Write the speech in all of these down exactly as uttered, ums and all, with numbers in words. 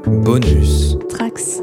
Bonus. Trax.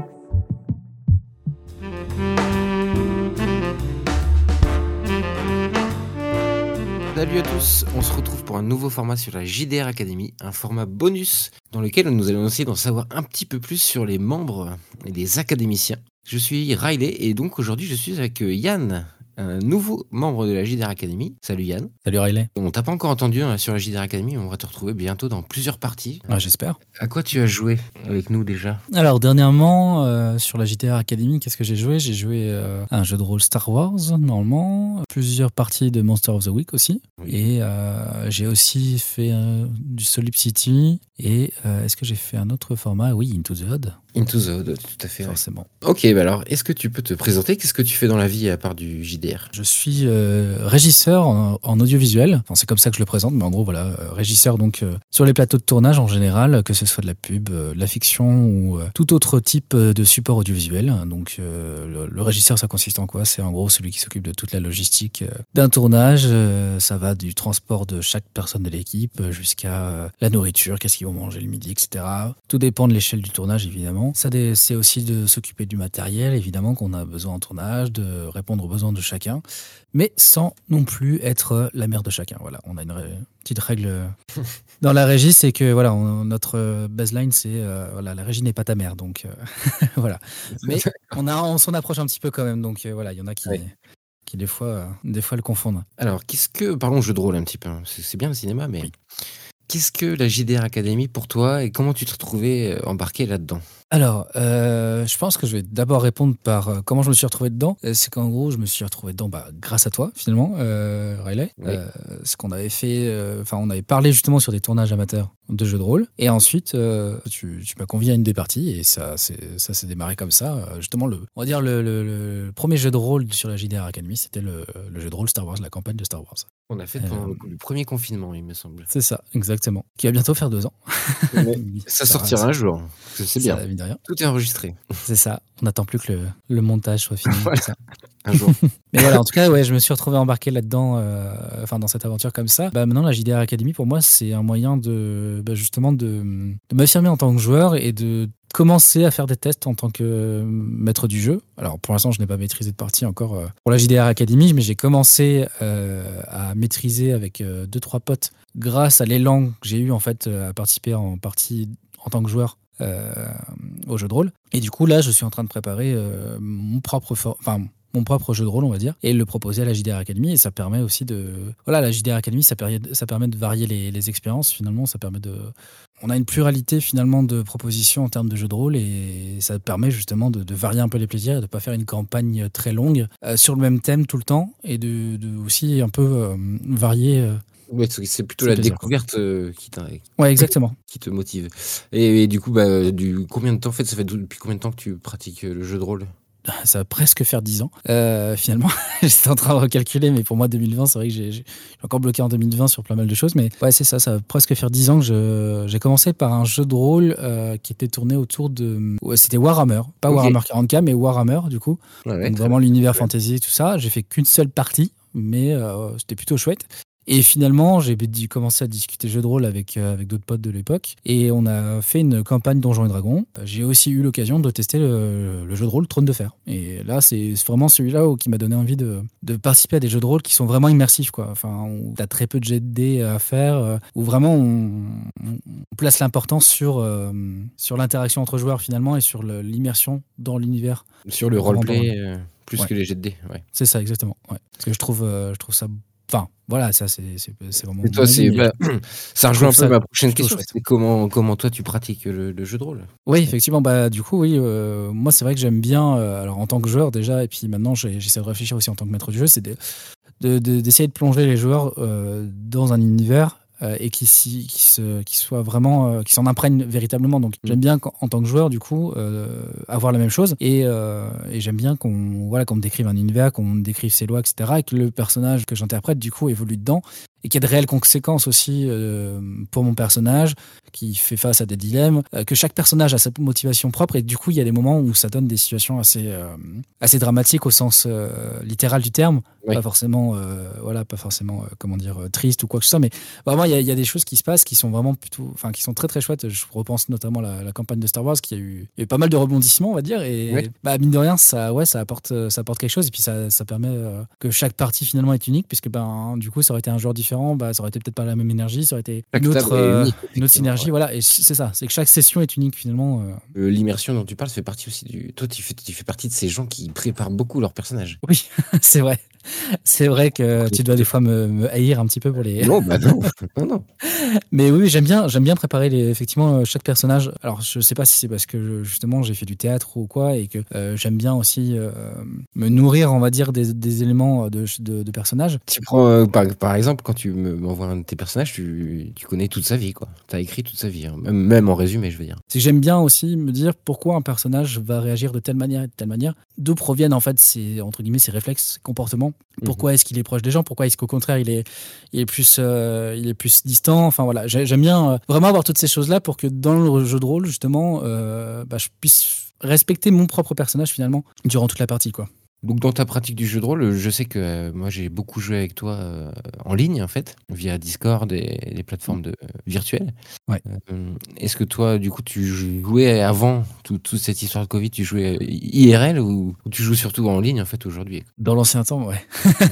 Salut à tous, on se retrouve pour un nouveau format sur la J D R Academy, un format bonus dans lequel nous allons essayer d'en savoir un petit peu plus sur les membres et les académiciens. Je suis Riley et donc aujourd'hui je suis avec Yann, un nouveau membre de la J D R Academy. Salut Yann. Salut Riley. On t'a pas encore entendu hein, sur la J D R Academy, on va te retrouver bientôt dans plusieurs parties. Ah, j'espère. À quoi tu as joué avec nous déjà ? Alors dernièrement, euh, sur la J D R Academy, qu'est-ce que j'ai joué ? J'ai joué euh, à un jeu de rôle Star Wars, normalement, plusieurs parties de Monster of the Week aussi, Oui. et euh, j'ai aussi fait euh, du Solid City, et euh, est-ce que j'ai fait un autre format ? Oui, Into the Odd, Into the Odd, tout à fait. Ouais. forcément. Ok, bah alors, est-ce que tu peux te présenter ? Qu'est-ce que tu fais dans la vie à part du J D R ? Je suis euh, régisseur en, en audiovisuel, enfin c'est comme ça que je le présente, mais en gros voilà, euh, régisseur donc euh, sur les plateaux de tournage en général, que ce soit de la pub, euh, de la fiction ou euh, tout autre type euh, de support audiovisuel. Donc euh, le, le régisseur, ça consiste en quoi ? C'est en gros celui qui s'occupe de toute la logistique euh, d'un tournage. Euh, ça va du transport de chaque personne de l'équipe euh, jusqu'à euh, la nourriture, qu'est-ce qu'ils vont manger le midi, et cetera. Tout dépend de l'échelle du tournage évidemment. Ça dé- c'est aussi de s'occuper du matériel évidemment qu'on a besoin en tournage, de répondre aux besoins de chacun, mais sans non plus être la mère de chacun. Voilà, on a une ré- petite règle dans la régie, c'est que voilà, on- notre baseline, c'est euh, voilà, la régie n'est pas ta mère, donc euh, voilà. Mais on a, on s'en approche un petit peu quand même, donc euh, voilà, il y en a qui, Oui. qui des fois, euh, des fois le confondent. Alors, qu'est-ce que... Parlons jeu de rôle un petit peu. hein. C'est, c'est bien le cinéma, mais... Oui. Qu'est-ce que la J D R Academy pour toi et comment tu te retrouvais euh, embarqué là-dedans ? Alors, euh, je pense que je vais d'abord répondre par euh, comment je me suis retrouvé dedans. Euh, C'est qu'en gros, je me suis retrouvé dedans bah, grâce à toi, finalement, euh, Riley. Oui. Euh, ce qu'on avait fait, euh, enfin, on avait parlé justement sur des tournages amateurs de jeux de rôle. Et ensuite, euh, tu, tu m'as convié à une des parties et ça, c'est, ça s'est démarré comme ça. Euh, justement, le, on va dire le, le, le premier jeu de rôle sur la J D R Academy, c'était le, le jeu de rôle Star Wars, la campagne de Star Wars. On a fait pendant le, le premier confinement, il me semble. C'est ça, exactement. Qui va bientôt faire deux ans. Ça sortira un jour. C'est Ça, bien. mine de rien. Tout est enregistré. C'est ça. On n'attend plus que le, le montage soit fini. Voilà. C'est ça. Un jour. Mais voilà, en tout cas, ouais, je me suis retrouvé embarqué là-dedans, euh, enfin dans cette aventure comme ça. Bah, maintenant, la J D R Academy, pour moi, c'est un moyen de, bah, justement, de, de m'affirmer en tant que joueur et de commencer à faire des tests en tant que euh, maître du jeu. Alors, pour l'instant, je n'ai pas maîtrisé de partie encore euh, pour la J D R Academy, mais j'ai commencé euh, à maîtriser avec euh, deux trois potes grâce à l'élan que j'ai eu en fait euh, à participer en partie en tant que joueur. Euh, au jeu de rôle. Et du coup, là, je suis en train de préparer euh, mon propre, for- enfin, mon propre jeu de rôle, on va dire, et le proposer à la J D R Academy. Et ça permet aussi de, voilà, la J D R Academy, ça permet, ça permet de varier les, les expériences. Finalement, ça permet de, on a une pluralité finalement de propositions en termes de jeu de rôle, et ça permet justement de, de varier un peu les plaisirs et de pas faire une campagne très longue euh, sur le même thème tout le temps, et de, de aussi un peu euh, varier. Euh, Ouais, c'est c'est plutôt C'est la plaisir, découverte euh, qui, t'a- Ouais, exactement. qui te motive. Et, et du coup, bah, du, combien de temps, en fait, ça fait depuis combien de temps que tu pratiques euh, le jeu de rôle ? Ça va presque faire dix ans, euh, finalement. J'étais en train de recalculer, mais pour moi, deux mille vingt, c'est vrai que j'ai, j'ai encore bloqué en deux mille vingt sur plein mal de choses. Mais ouais, c'est ça, ça va presque faire dix ans que je, j'ai commencé par un jeu de rôle euh, qui était tourné autour de... Ouais, c'était Warhammer, pas Ok. Warhammer quarante K, mais Warhammer, du coup. Ouais, ouais, Donc très vraiment bien. l'univers Ouais. fantasy et tout ça. J'ai fait qu'une seule partie, mais euh, c'était plutôt chouette. Et finalement, j'ai dû commencer à discuter jeux de rôle avec, euh, avec d'autres potes de l'époque. Et on a fait une campagne Donjons et Dragons. J'ai aussi eu l'occasion de tester le, le jeu de rôle Trône de Fer. Et là, c'est vraiment celui-là où- qui m'a donné envie de, de participer à des jeux de rôle qui sont vraiment immersifs, quoi. Enfin, où t'as très peu de jets de dés à faire, euh, où vraiment on, on place l'importance sur, euh, sur l'interaction entre joueurs finalement et sur le- l'immersion dans l'univers. Sur le Vraiment roleplay, euh, plus Ouais. que les jets de dés. Ouais. C'est ça, exactement. Ouais. Parce que je trouve, euh, je trouve ça... Enfin, voilà, ça, c'est c'est- c'est vraiment... Et toi, mon avis, c'est, mais bah, ça rejoint un trouve peu ça ma prochaine plutôt question. chouette. C'est comment, comment toi tu pratiques le, le jeu de rôle ? Oui, effectivement, bah, du coup, oui, euh, moi, c'est vrai que j'aime bien, euh, alors en tant que joueur déjà, et puis maintenant, j'ai- j'essaie de réfléchir aussi en tant que maître du jeu, c'est de, de- de- d'essayer de plonger les joueurs euh, dans un univers euh, et qui, s'y- qui, se, qui soit vraiment, euh, qui s'en imprègne véritablement. Donc, Mm. j'aime bien qu'en- en tant que joueur, du coup, euh, avoir la même chose, et, euh, et j'aime bien qu'on, voilà, qu'on me décrive un univers, qu'on me décrive ses lois, et cetera, et que le personnage que j'interprète, du coup, évolue dedans. et qu'il y a de réelles conséquences aussi euh, pour mon personnage qui fait face à des dilemmes, euh, que chaque personnage a sa motivation propre et du coup il y a des moments où ça donne des situations assez euh, assez dramatiques au sens euh, littéral du terme, oui. pas forcément euh, voilà pas forcément euh, comment dire euh, triste ou quoi que ce soit, mais vraiment il y, y a des choses qui se passent qui sont vraiment plutôt enfin qui sont très très chouettes. Je repense notamment à la, la campagne de Star Wars qui a eu, il y a eu pas mal de rebondissements on va dire et oui. bah mine de rien ça ouais ça apporte ça apporte quelque chose et puis ça ça permet euh, que chaque partie finalement est unique puisque ben du coup ça aurait été un joueur différent, bah ça aurait été peut-être pas la même énergie, ça aurait été chaque une autre euh, unique, une autre synergie ouais. Voilà et c'est ça, c'est que chaque session est unique finalement. Euh... L'immersion dont tu parles fait partie aussi du toi tu fais tu fais partie de ces gens qui préparent beaucoup leurs personnages. Oui, c'est vrai. C'est vrai que tu dois des fois me, me haïr un petit peu pour les. Non, bah non, non, non. Mais oui, j'aime bien, j'aime bien préparer les, effectivement chaque personnage. Alors, je sais pas si c'est parce que justement j'ai fait du théâtre ou quoi, et que euh, j'aime bien aussi euh, me nourrir, on va dire, des, des éléments de, de, de personnages. Tu prends, euh, par, par exemple, quand tu m'envoies un de tes personnages, tu, tu connais toute sa vie, quoi. T'as écrit toute sa vie, hein. même, même en résumé, je veux dire. C'est que j'aime bien aussi me dire pourquoi un personnage va réagir de telle manière et de telle manière. D'où proviennent en fait ces entre guillemets ses réflexes, ses comportements. Pourquoi est-ce qu'il est proche des gens? Pourquoi est-ce qu'au contraire il est, il est plus, euh, il est plus distant? Enfin voilà, j'aime bien euh, vraiment avoir toutes ces choses-là pour que dans le jeu de rôle justement, euh, bah, je puisse respecter mon propre personnage finalement durant toute la partie quoi. Donc dans ta pratique du jeu de rôle, je sais que euh, moi j'ai beaucoup joué avec toi euh, en ligne en fait, via Discord et les plateformes de, euh, virtuelles. Ouais. Euh, est-ce que toi du coup tu jouais avant tout, toute cette histoire de Covid, tu jouais I R L ou, ou tu joues surtout en ligne en fait aujourd'hui? Dans l'ancien temps, ouais.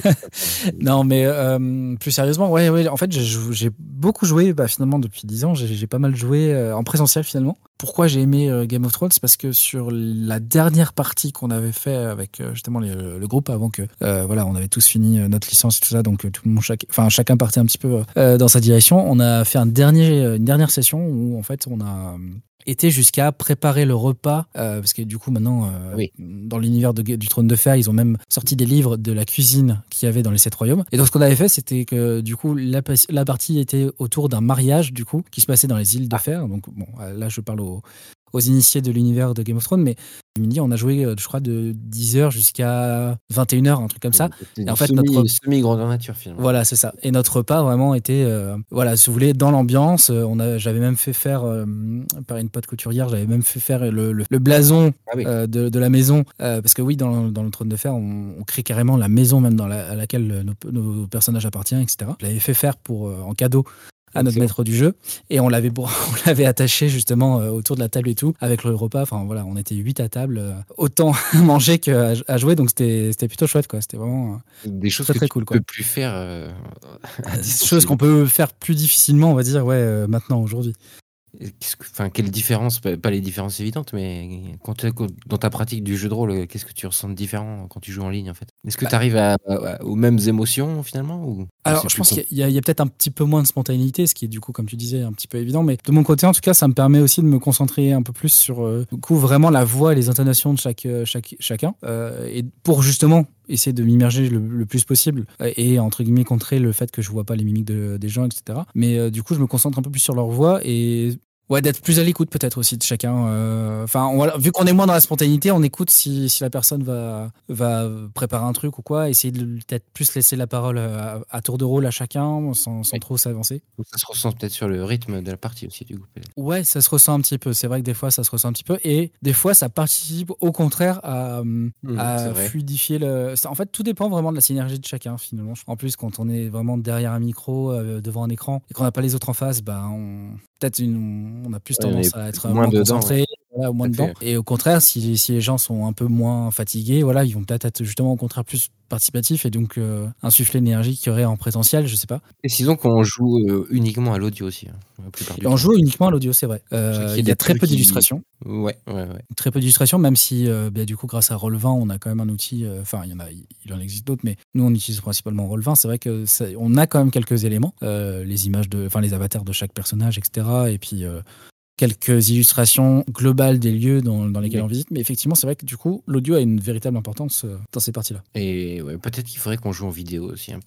Non mais euh, plus sérieusement, ouais, ouais. En fait j'ai beaucoup joué, bah, finalement depuis dix ans, j'ai pas mal joué euh, en présentiel finalement. Pourquoi j'ai aimé euh, Game of Thrones? C'est parce que sur la dernière partie qu'on avait fait avec euh, justement les, le groupe avant que euh, voilà on avait tous fini euh, notre licence et tout ça, donc euh, tout le monde chaque, enfin chacun partait un petit peu euh, dans sa direction. On a fait un dernier une dernière session où en fait on a été jusqu'à préparer le repas euh, parce que du coup maintenant euh, oui. dans l'univers de, du Trône de Fer ils ont même sorti des livres de la cuisine qu'il y avait dans les sept royaumes et donc ce qu'on avait fait c'était que du coup la, la partie était autour d'un mariage du coup qui se passait dans les îles de Fer, donc bon là je parle aux, aux initiés de l'univers de Game of Thrones, mais midi on a joué je crois de dix heures jusqu'à vingt et une heures, un truc comme ça. Et en fait semi, notre semi grandeur nature finalement. Voilà, c'est ça. Et notre repas vraiment était euh, voilà, si vous voulez, dans l'ambiance. On a, j'avais même fait faire euh, par une pote couturière, j'avais même fait faire le, le, le blason ah oui. euh, de, de la maison euh, parce que oui, dans, dans le Trône de Fer, on, on crée carrément la maison même dans la, à laquelle nos, nos personnages appartiennent, et cetera. Je l'avais fait faire pour euh, en cadeau à notre maître du jeu et on l'avait on l'avait attaché justement euh, autour de la table et tout avec le repas. Enfin voilà, on était huit à table, euh, autant à manger qu'à à jouer, donc c'était c'était plutôt chouette quoi. C'était vraiment euh, des choses très, que très tu cool, peux quoi. plus faire euh, des choses qu'on peut faire plus difficilement, on va dire, ouais, euh, maintenant aujourd'hui. Qu'est-ce que, enfin, quelle différence, pas les différences évidentes, mais quand dans ta pratique du jeu de rôle, qu'est-ce que tu ressens de différent quand tu joues en ligne en fait? Est-ce que bah, tu arrives à, à, aux mêmes émotions finalement ou Alors je pense qu'il y a, a, a peut-être un petit peu moins de spontanéité, ce qui est du coup, comme tu disais, un petit peu évident, mais de mon côté en tout cas, ça me permet aussi de me concentrer un peu plus sur euh, du coup, vraiment la voix et les intonations de chaque, chaque, chacun, euh, et pour justement essayer de m'immerger le, le plus possible et entre guillemets contrer le fait que je vois pas les mimiques de, des gens, et cetera. Mais euh, du coup, je me concentre un peu plus sur leur voix et ouais, d'être plus à l'écoute peut-être aussi de chacun. Enfin, euh, vu qu'on est moins dans la spontanéité, on écoute si, si la personne va, va préparer un truc ou quoi, essayer de peut-être plus laisser la parole à, à tour de rôle à chacun sans, sans oui. trop s'avancer. Ça se ressent peut-être sur le rythme de la partie aussi du coup. Ouais, ça se ressent un petit peu. C'est vrai que des fois ça se ressent un petit peu et des fois ça participe au contraire à, mmh, à fluidifier le. En fait, tout dépend vraiment de la synergie de chacun finalement. En plus, quand on est vraiment derrière un micro, euh, devant un écran et qu'on n'a pas les autres en face, bah on peut-être une, on a plus tendance ouais, à être moins, moins concentré, ouais. Voilà, moins dedans. Et au contraire, si, si les gens sont un peu moins fatigués, voilà, ils vont peut-être être justement au contraire plus participatifs et donc euh, insuffler l'énergie qu'il y aurait en présentiel, je sais pas. Et sinon qu'on joue euh, uniquement à l'audio aussi. Hein, la plupart du on temps. joue uniquement à l'audio, c'est vrai. Euh, il y a très peu d'illustrations. Qui... Ouais, ouais, ouais. Très peu d'illustrations, même si euh, bah, du coup, grâce à Roll vingt, on a quand même un outil. Enfin, euh, il y en a, il en existe d'autres, mais nous, on utilise principalement Roll vingt. C'est vrai que ça, on a quand même quelques éléments, euh, les images de, enfin, les avatars de chaque personnage, et cetera. Et puis euh, quelques illustrations globales des lieux dans, dans lesquels oui. on visite. Mais effectivement, c'est vrai que du coup, l'audio a une véritable importance euh, dans ces parties-là. Et ouais, peut-être qu'il faudrait qu'on joue en vidéo aussi un peu.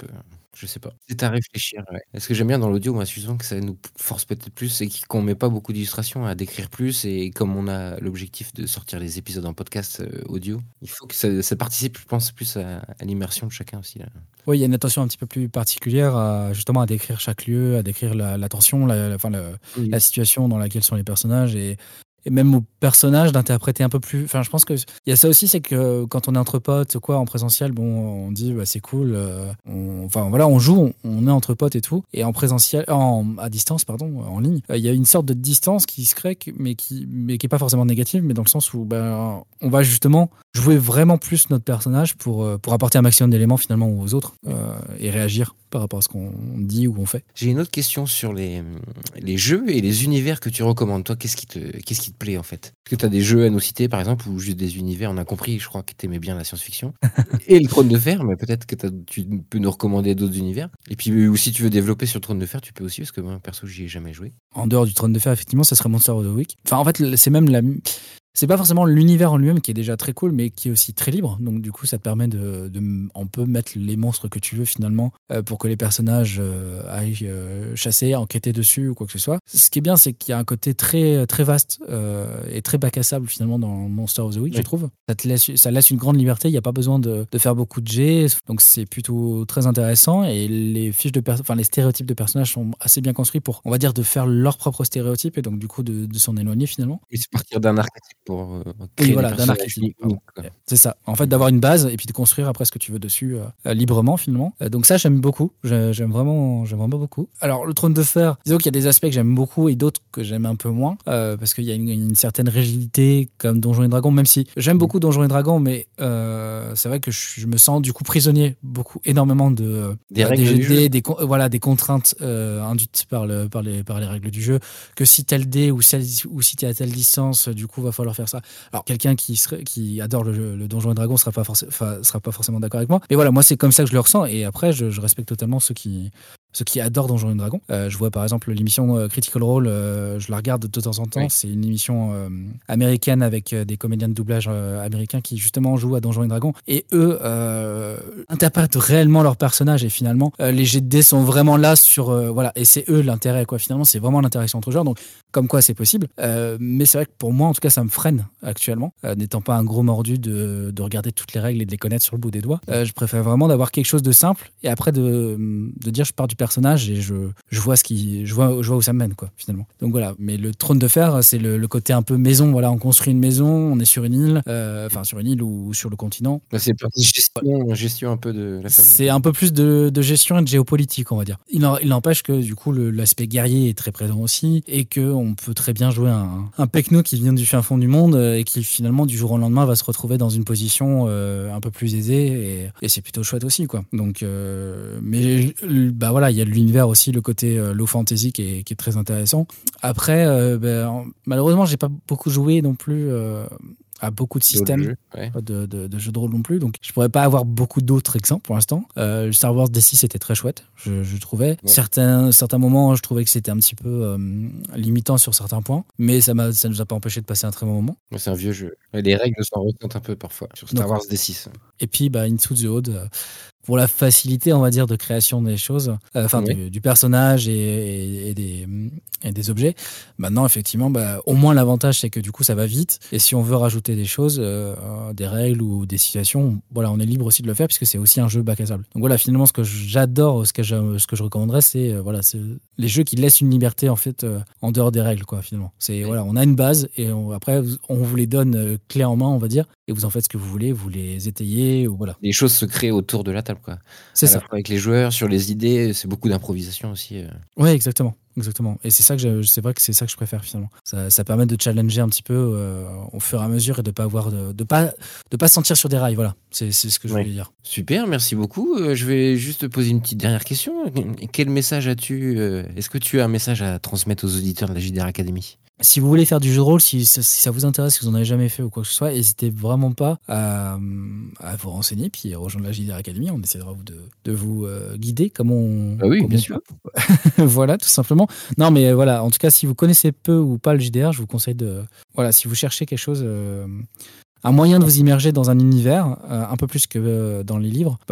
Je sais pas. C'est à réfléchir, ouais. Ce que j'aime bien dans l'audio, moi, c'est souvent que ça nous force peut-être plus et qui- qu'on met pas beaucoup d'illustrations à décrire plus. Et comme on a l'objectif de sortir les épisodes en podcast euh, audio, il faut que ça, ça participe, je pense, plus à, à l'immersion de chacun aussi. Là. Oui, il y a une attention un petit peu plus particulière à, justement à décrire chaque lieu, à décrire la, la tension, la, la, enfin, le- Oui. la situation dans laquelle sont les personnages et, et même aux personnages d'interpréter un peu plus. Enfin, je pense que il y a ça aussi, c'est que quand on est entre potes, quoi, en présentiel, bon, on dit bah, c'est cool. euh, on- Enfin voilà, on joue, on, on est entre potes et tout. Et en présentiel, en, à distance, pardon, en ligne, euh, il y a une sorte de distance qui se crée, que- mais qui, mais qui est pas forcément négative, mais dans le sens où ben, on va justement jouer vraiment plus notre personnage pour euh, pour apporter un maximum d'éléments finalement aux autres euh, et réagir par rapport à ce qu'on dit ou on fait. J'ai une autre question sur les, les jeux et les univers que tu recommandes. Toi, qu'est-ce qui te, qu'est-ce qui te plaît en fait? Est-ce que tu as des jeux à nous citer par exemple ou juste des univers? On a compris, je crois que tu aimais bien la science-fiction et le Trône de Fer, mais peut-être que t'as- tu peux nous recommander d'autres univers. Et puis, ou si tu veux développer sur le Trône de Fer, tu peux aussi, parce que moi, perso, j'y ai jamais joué. En dehors du Trône de Fer, effectivement, ça serait Monster of the Week. Enfin, en fait, c'est même la. C'est pas forcément l'univers en lui-même qui est déjà très cool, mais qui est aussi très libre. Donc, du coup, ça te permet de. de on peut mettre les monstres que tu veux finalement euh, pour que les personnages euh, aillent euh, chasser, enquêter dessus ou quoi que ce soit. Ce qui est bien, c'est qu'il y a un côté très, très vaste euh, et très bac à sable finalement dans Monster of the Week, Oui. je trouve. Ça, te laisse, ça laisse une grande liberté. Il n'y a pas besoin de, de faire beaucoup de jets. Donc, c'est plutôt très intéressant. Et les fiches de per- enfin, les stéréotypes de personnages sont assez bien construits pour, on va dire, de faire leurs propres stéréotypes et donc, du coup, de, de s'en éloigner finalement. Et c'est partir d'un archétype pour euh, Oui, créer voilà, des d'un personnages archétype. uniques, pardon. quoi. C'est ça. En fait, d'avoir une base et puis de construire après ce que tu veux dessus euh, euh, librement finalement. Euh, donc ça, j'aime beaucoup. J'ai- J'aime vraiment, j'aime vraiment beaucoup. Alors, le Trône de Fer, disons qu'il y a des aspects que j'aime beaucoup et d'autres que j'aime un peu moins euh, parce qu'il y a une, une certaine rigidité comme Donjons et Dragons. Même si j'aime beaucoup Donjons et Dragons, mais euh, c'est vrai que je, je me sens du coup prisonnier beaucoup, énormément de Des euh, règles des, du des, jeu. des con- voilà, des contraintes euh, induites par le, par les, par les règles du jeu. Que si tel dé ou, celle, ou si tu as telle licence, du coup, va falloir faire ça. Alors, quelqu'un qui, serait, qui adore le, le Donjon et Dragon sera pas, forc- sera pas forcément d'accord avec moi. Mais voilà, moi, c'est comme ça que je le ressens. Et après, je, je respecte totalement ceux qui, ceux qui adorent Donjon et Dragon. Euh, je vois par exemple l'émission euh, Critical Role, euh, je la regarde de temps en temps. Oui. C'est une émission euh, américaine avec euh, des comédiens de doublage euh, américains qui justement jouent à Donjon et Dragon. Et eux euh, interprètent réellement leur personnage. Et finalement, euh, les jets de dés sont vraiment là sur. Euh, voilà, et c'est eux l'intérêt, quoi. Finalement, c'est vraiment l'interaction entre joueurs. Donc, comme quoi c'est possible. Euh, mais c'est vrai que pour moi, en tout cas, ça me freine actuellement, euh, n'étant pas un gros mordu de, de regarder toutes les règles et de les connaître sur le bout des doigts. Euh, je préfère vraiment d'avoir quelque chose de simple et après de, de dire je pars du personnage et je, je vois ce qui, je vois, je vois où ça me mène, quoi, finalement. Donc voilà. Mais le Trône de Fer, c'est le, le côté un peu maison. Voilà, on construit une maison, on est sur une île, euh, enfin sur une île ou sur le continent. Là, c'est partie gestion, gestion un peu de la famille. C'est un peu plus de, de gestion et de géopolitique, on va dire. Il, en, il n'empêche que du coup, le- l'aspect guerrier est très présent aussi et qu'on peut très bien jouer un, un pecno qui vient du fin fond du monde euh, et qui finalement, du jour au lendemain, va se retrouver dans une position euh, un peu plus aisée et, et c'est plutôt chouette aussi, quoi. Donc, euh, mais bah voilà, il y a de l'univers aussi, le côté euh, low fantasy qui est, qui est très intéressant. Après, euh, ben, malheureusement, j'ai pas beaucoup joué non plus. Euh, à beaucoup de D'autres systèmes jeux, ouais. pas de, de, de jeux de rôle non plus, donc je pourrais pas avoir beaucoup d'autres exemples pour l'instant. Euh, le Star Wars D six était très chouette, je, je trouvais. Ouais. Certains, certains moments, je trouvais que c'était un petit peu euh, limitant sur certains points, mais ça m'a, ça nous a pas empêché de passer un très bon moment. Ouais, c'est un vieux jeu. Ouais, les règles s'en ressentent un peu parfois sur Star Donc, Wars D six. Et puis, bah, Into the Odd, euh, pour la facilité, on va dire, de création des choses, euh, enfin, Ouais. du, du personnage et, et, et des, et des objets. Maintenant, effectivement, bah, au moins l'avantage, c'est que du coup, ça va vite. Et si on veut rajouter des choses, euh, des règles ou des situations, voilà, on est libre aussi de le faire puisque c'est aussi un jeu bac à sable. Donc voilà, finalement, ce que j'adore, ce que je, ce que je recommanderais, c'est euh, voilà, c'est les jeux qui laissent une liberté en fait euh, en dehors des règles, quoi. Finalement, c'est Ouais. voilà, on a une base et on, après, on vous les donne euh, clé en main, on va dire, et vous en faites ce que vous voulez, vous les étayez ou voilà. Les choses se créent autour de la table, quoi. C'est À ça. la fois avec les joueurs, sur les idées, c'est beaucoup d'improvisation aussi. euh. Ouais, exactement. Exactement. Et c'est ça que je, c'est vrai que c'est ça que je préfère finalement. Ça, ça permet de challenger un petit peu euh, au fur et à mesure et de pas avoir de, de pas de pas se sentir sur des rails. Voilà. C'est, c'est ce que je Ouais. voulais dire. Super, merci beaucoup. Euh, je vais juste te poser une petite dernière question. Quel message as-tu euh, Est-ce que tu as un message à transmettre aux auditeurs de la J D R Academy? Si vous voulez faire du jeu de rôle, si, si ça vous intéresse, si vous en avez jamais fait ou quoi que ce soit, n'hésitez vraiment pas à, à vous renseigner puis à rejoindre la J D R Academy. On essaiera de, de vous euh, guider comme on, Ah oui, comme bien on sûr. peut. Voilà, tout simplement. Non, mais voilà. En tout cas, si vous connaissez peu ou pas le J D R, je vous conseille de. Voilà, si vous cherchez quelque chose. Euh, un moyen de vous immerger dans un univers, euh, un peu plus que euh, dans les livres, bah voilà.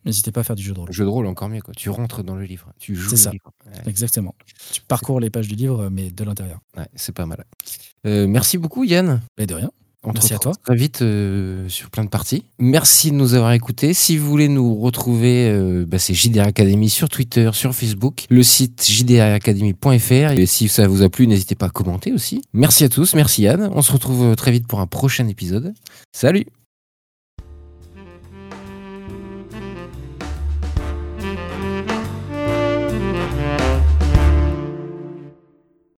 n'hésitez pas à faire du jeu de rôle. Le jeu de rôle, encore mieux, quoi. Tu rentres dans le livre, tu joues C'est le ça. livre. Ouais. Exactement. Tu parcours les pages du livre, mais de l'intérieur. Ouais, c'est pas mal. Euh, merci beaucoup, Yann. Et de rien. On Merci à toi. Très vite euh, sur plein de parties. Merci de nous avoir écoutés. Si vous voulez nous retrouver, euh, bah, c'est J D R Academy sur Twitter, sur Facebook, le site j d r academy point f r. Et si ça vous a plu, n'hésitez pas à commenter aussi. Merci à tous, merci Yann. On se retrouve très vite pour un prochain épisode. Salut!